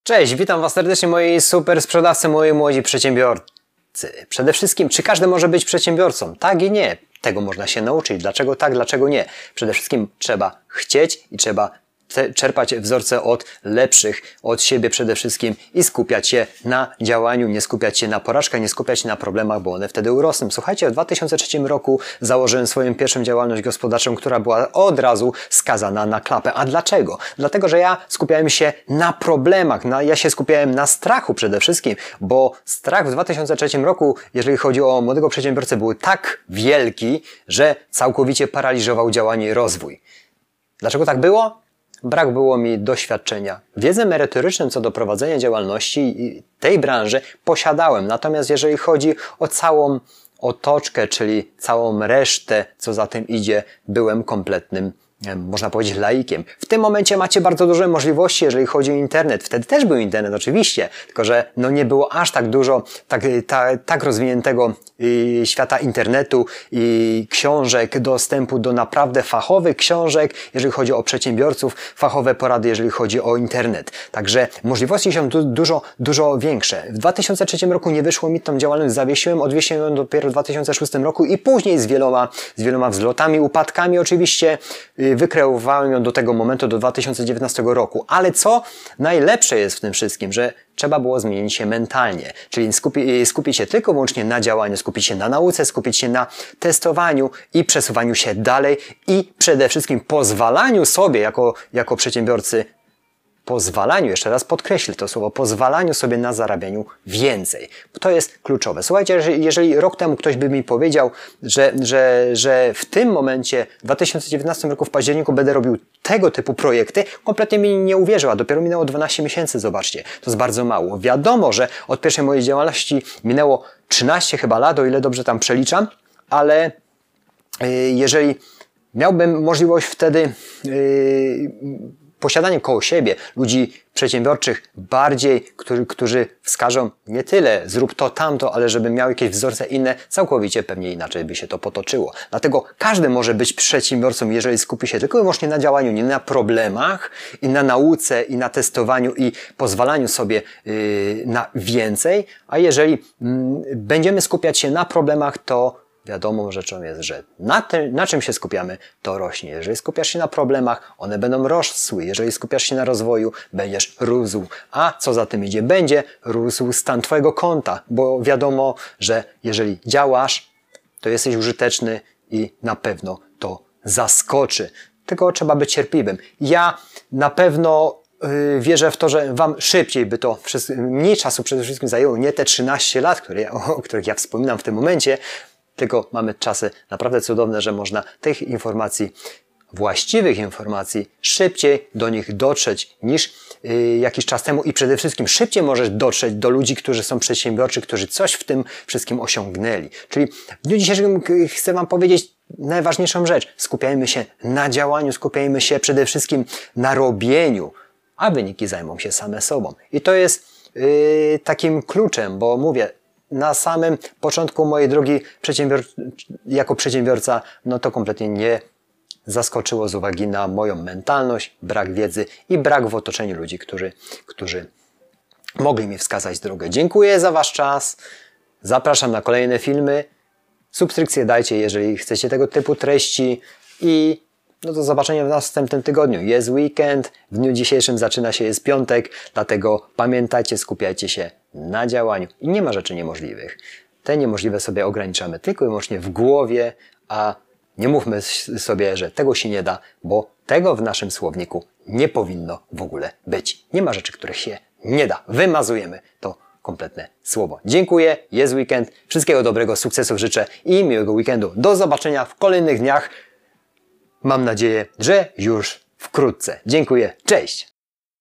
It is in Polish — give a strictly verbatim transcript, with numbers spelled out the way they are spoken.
Cześć, witam Was serdecznie moi super sprzedawcy, moi młodzi przedsiębiorcy. Przede wszystkim, czy każdy może być przedsiębiorcą? Tak i nie. Tego można się nauczyć. Dlaczego tak, dlaczego nie? Przede wszystkim trzeba chcieć i trzeba czerpać wzorce od lepszych, od siebie przede wszystkim i skupiać się na działaniu, nie skupiać się na porażkach, nie skupiać się na problemach, bo one wtedy urosną. Słuchajcie, w dwa tysiące trzecim roku założyłem swoją pierwszą działalność gospodarczą, która była od razu skazana na klapę. A dlaczego? Dlatego, że ja skupiałem się na problemach, na, ja się skupiałem na strachu przede wszystkim, bo strach w dwa tysiące trzecim roku, jeżeli chodzi o młodego przedsiębiorcę, był tak wielki, że całkowicie paraliżował działanie i rozwój. Dlaczego tak było? Brak było mi doświadczenia. Wiedzę merytoryczną co do prowadzenia działalności tej branży posiadałem. Natomiast jeżeli chodzi o całą otoczkę, czyli całą resztę, co za tym idzie, byłem kompletnym, można powiedzieć, laikiem. W tym momencie macie bardzo duże możliwości, jeżeli chodzi o internet. Wtedy też był internet oczywiście, tylko że no nie było aż tak dużo, tak, ta, tak rozwiniętego y, świata internetu i książek, dostępu do naprawdę fachowych książek, jeżeli chodzi o przedsiębiorców, fachowe porady, jeżeli chodzi o internet. Także możliwości są du dużo, dużo większe. W dwa tysiące trzecim roku nie wyszło mi tą działalność, zawiesiłem, odwiesiłem ją dopiero w dwa tysiące szóstym roku i później z wieloma, z wieloma wzlotami, upadkami oczywiście y, wykreowałem ją do tego momentu, do dwa tysiące dziewiętnastego roku. Ale co najlepsze jest w tym wszystkim, że trzeba było zmienić się mentalnie. Czyli skupi, skupić się tylko i wyłącznie na działaniu, skupić się na nauce, skupić się na testowaniu i przesuwaniu się dalej i przede wszystkim pozwalaniu sobie jako, jako przedsiębiorcy pozwalaniu, jeszcze raz podkreślę to słowo, pozwalaniu sobie na zarabianiu więcej. To jest kluczowe. Słuchajcie, jeżeli rok temu ktoś by mi powiedział, że, że, że w tym momencie, w dwa tysiące dziewiętnastym roku w październiku będę robił tego typu projekty, kompletnie mi nie uwierzył, a dopiero minęło dwanaście miesięcy, zobaczcie. To jest bardzo mało. Wiadomo, że od pierwszej mojej działalności minęło trzynaście chyba lat, o ile dobrze tam przeliczam, ale yy, jeżeli miałbym możliwość wtedy yy, posiadanie koło siebie ludzi przedsiębiorczych bardziej, którzy, którzy wskażą nie tyle zrób to, tamto, ale żeby miał jakieś wzorce inne, całkowicie pewnie inaczej by się to potoczyło. Dlatego każdy może być przedsiębiorcą, jeżeli skupi się tylko i wyłącznie na działaniu, nie na problemach i na nauce i na testowaniu i pozwalaniu sobie yy, na więcej, a jeżeli yy, będziemy skupiać się na problemach, to wiadomą rzeczą jest, że na, te, na czym się skupiamy, to rośnie. Jeżeli skupiasz się na problemach, one będą rosły. Jeżeli skupiasz się na rozwoju, będziesz rósł. A co za tym idzie? Będzie rósł stan Twojego konta, bo wiadomo, że jeżeli działasz, to jesteś użyteczny i na pewno to zaskoczy. Tylko trzeba być cierpliwym. Ja na pewno yy, wierzę w to, że Wam szybciej by to, mniej czasu przede wszystkim zajęło, nie te trzynaście lat, które ja, o których ja wspominam w tym momencie, tylko mamy czasy naprawdę cudowne, że można tych informacji, właściwych informacji, szybciej do nich dotrzeć niż yy, jakiś czas temu i przede wszystkim szybciej możesz dotrzeć do ludzi, którzy są przedsiębiorczy, którzy coś w tym wszystkim osiągnęli. Czyli w dniu dzisiejszym chcę Wam powiedzieć najważniejszą rzecz. Skupiajmy się na działaniu, skupiajmy się przede wszystkim na robieniu, a wyniki zajmą się same sobą. I to jest yy, takim kluczem, bo mówię, na samym początku mojej drogi przedsiębior... jako przedsiębiorca, no to kompletnie nie zaskoczyło z uwagi na moją mentalność, brak wiedzy i brak w otoczeniu ludzi, którzy, którzy mogli mi wskazać drogę. Dziękuję za Wasz czas. Zapraszam na kolejne filmy. Subskrypcję dajcie, jeżeli chcecie tego typu treści i no do zobaczenia w następnym tygodniu. Jest weekend, w dniu dzisiejszym zaczyna się, jest piątek, dlatego pamiętajcie, skupiajcie się na działaniu. I nie ma rzeczy niemożliwych. Te niemożliwe sobie ograniczamy tylko i wyłącznie w głowie, a nie mówmy sobie, że tego się nie da, bo tego w naszym słowniku nie powinno w ogóle być. Nie ma rzeczy, których się nie da. Wymazujemy to kompletne słowo. Dziękuję, jest weekend, wszystkiego dobrego, sukcesów życzę i miłego weekendu. Do zobaczenia w kolejnych dniach. Mam nadzieję, że już wkrótce. Dziękuję, cześć!